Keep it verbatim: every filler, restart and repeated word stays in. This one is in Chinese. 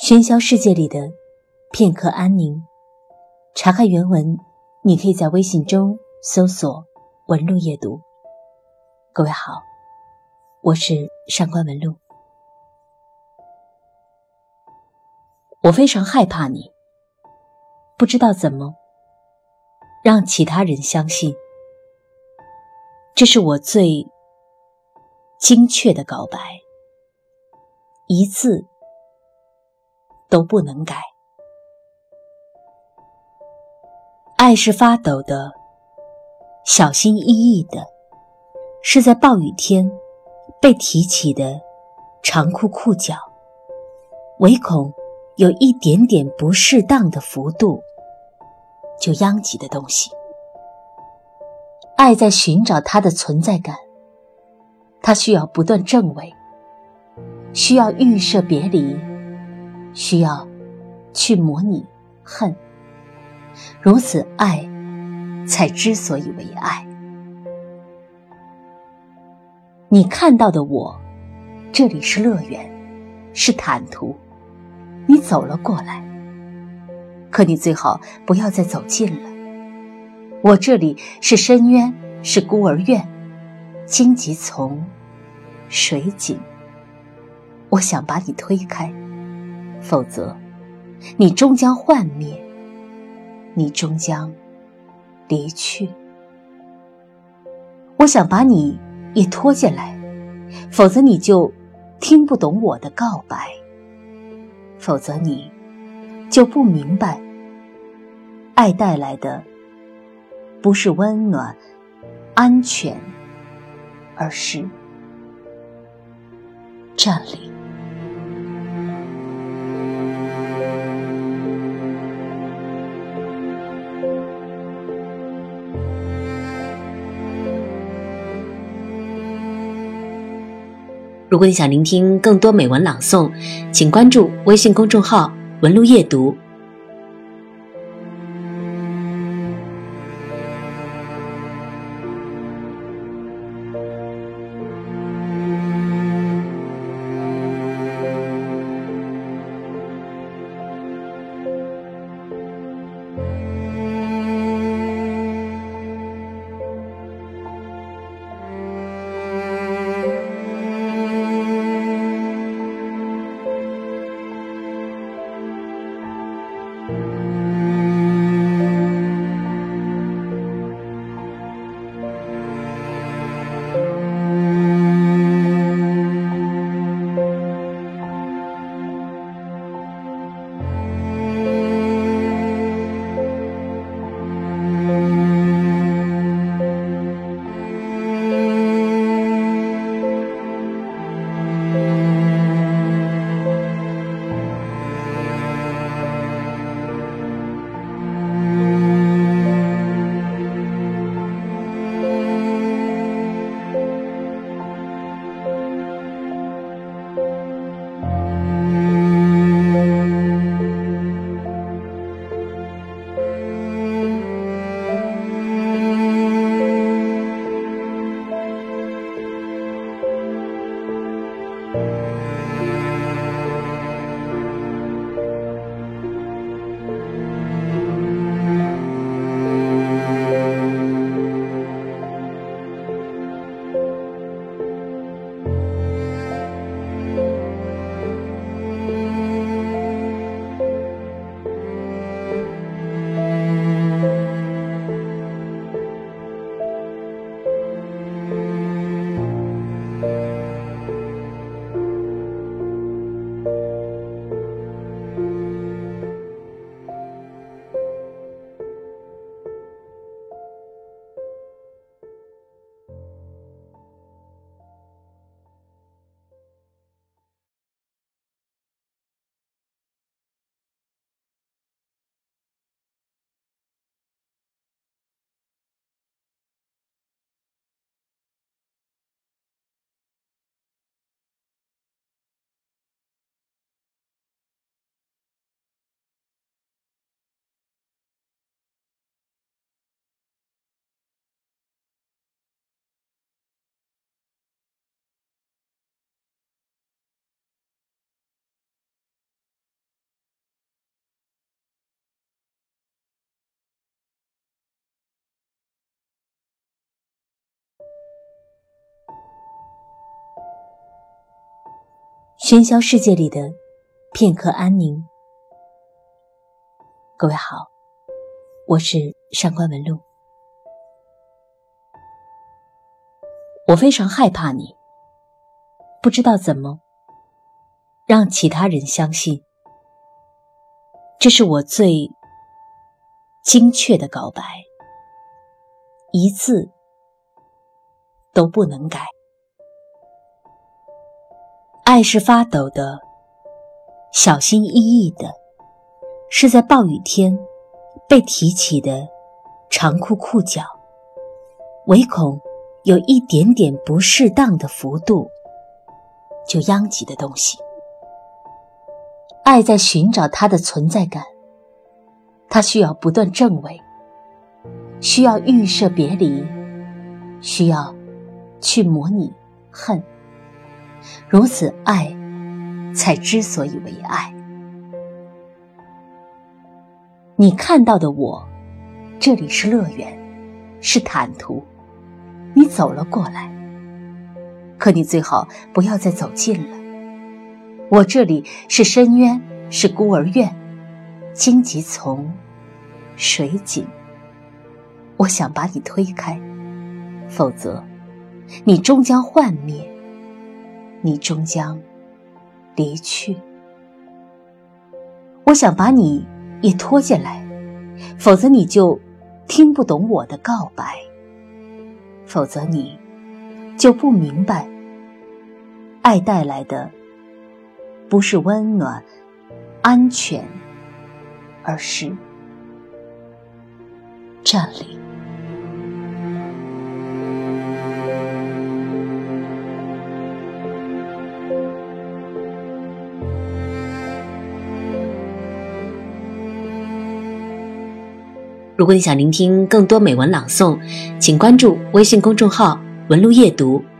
喧嚣世界里的片刻安宁。查看原文，你可以在微信中搜索文路夜读。各位好，我是上官文路。我非常害怕你，不知道怎么让其他人相信，这是我最精确的告白，一字都不能改。爱是发抖的，小心翼翼的，是在暴雨天被提起的长裤裤脚，唯恐有一点点不适当的幅度就殃及的东西。爱在寻找它的存在感，它需要不断证伪，需要预设别离，需要去模拟恨，如此爱才之所以为爱。你看到的我，这里是乐园，是坦途，你走了过来，可你最好不要再走近了。我这里是深渊，是孤儿院，荆棘丛，水井，我想把你推开，否则你终将幻灭，你终将离去。我想把你也拖进来，否则你就听不懂我的告白，否则你就不明白，爱带来的不是温暖、安全，而是占领。如果你想聆听更多美文朗诵，请关注微信公众号文路夜读。 喧嚣世界里的片刻安宁。各位好，我是上官文露。我非常害怕你，不知道怎么让其他人相信，这是我最精确的告白，一字都不能改。爱是发抖的，小心翼翼的，是在暴雨天被提起的长裤裤脚，唯恐有一点点不适当的幅度就殃及的东西。爱在寻找它的存在感，它需要不断证伪，需要预设别离，需要去模拟恨，如此爱才之所以为爱。你看到的我，这里是乐园，是坦途，你走了过来，可你最好不要再走近了。我这里是深渊，是孤儿院，荆棘丛，水井，我想把你推开，否则你终将幻灭，你终将离去。我想把你也拖进来，否则你就听不懂我的告白，否则你就不明白，爱带来的不是温暖、安全，而是占领。如果你想聆听更多美文朗诵，请关注微信公众号文路夜读。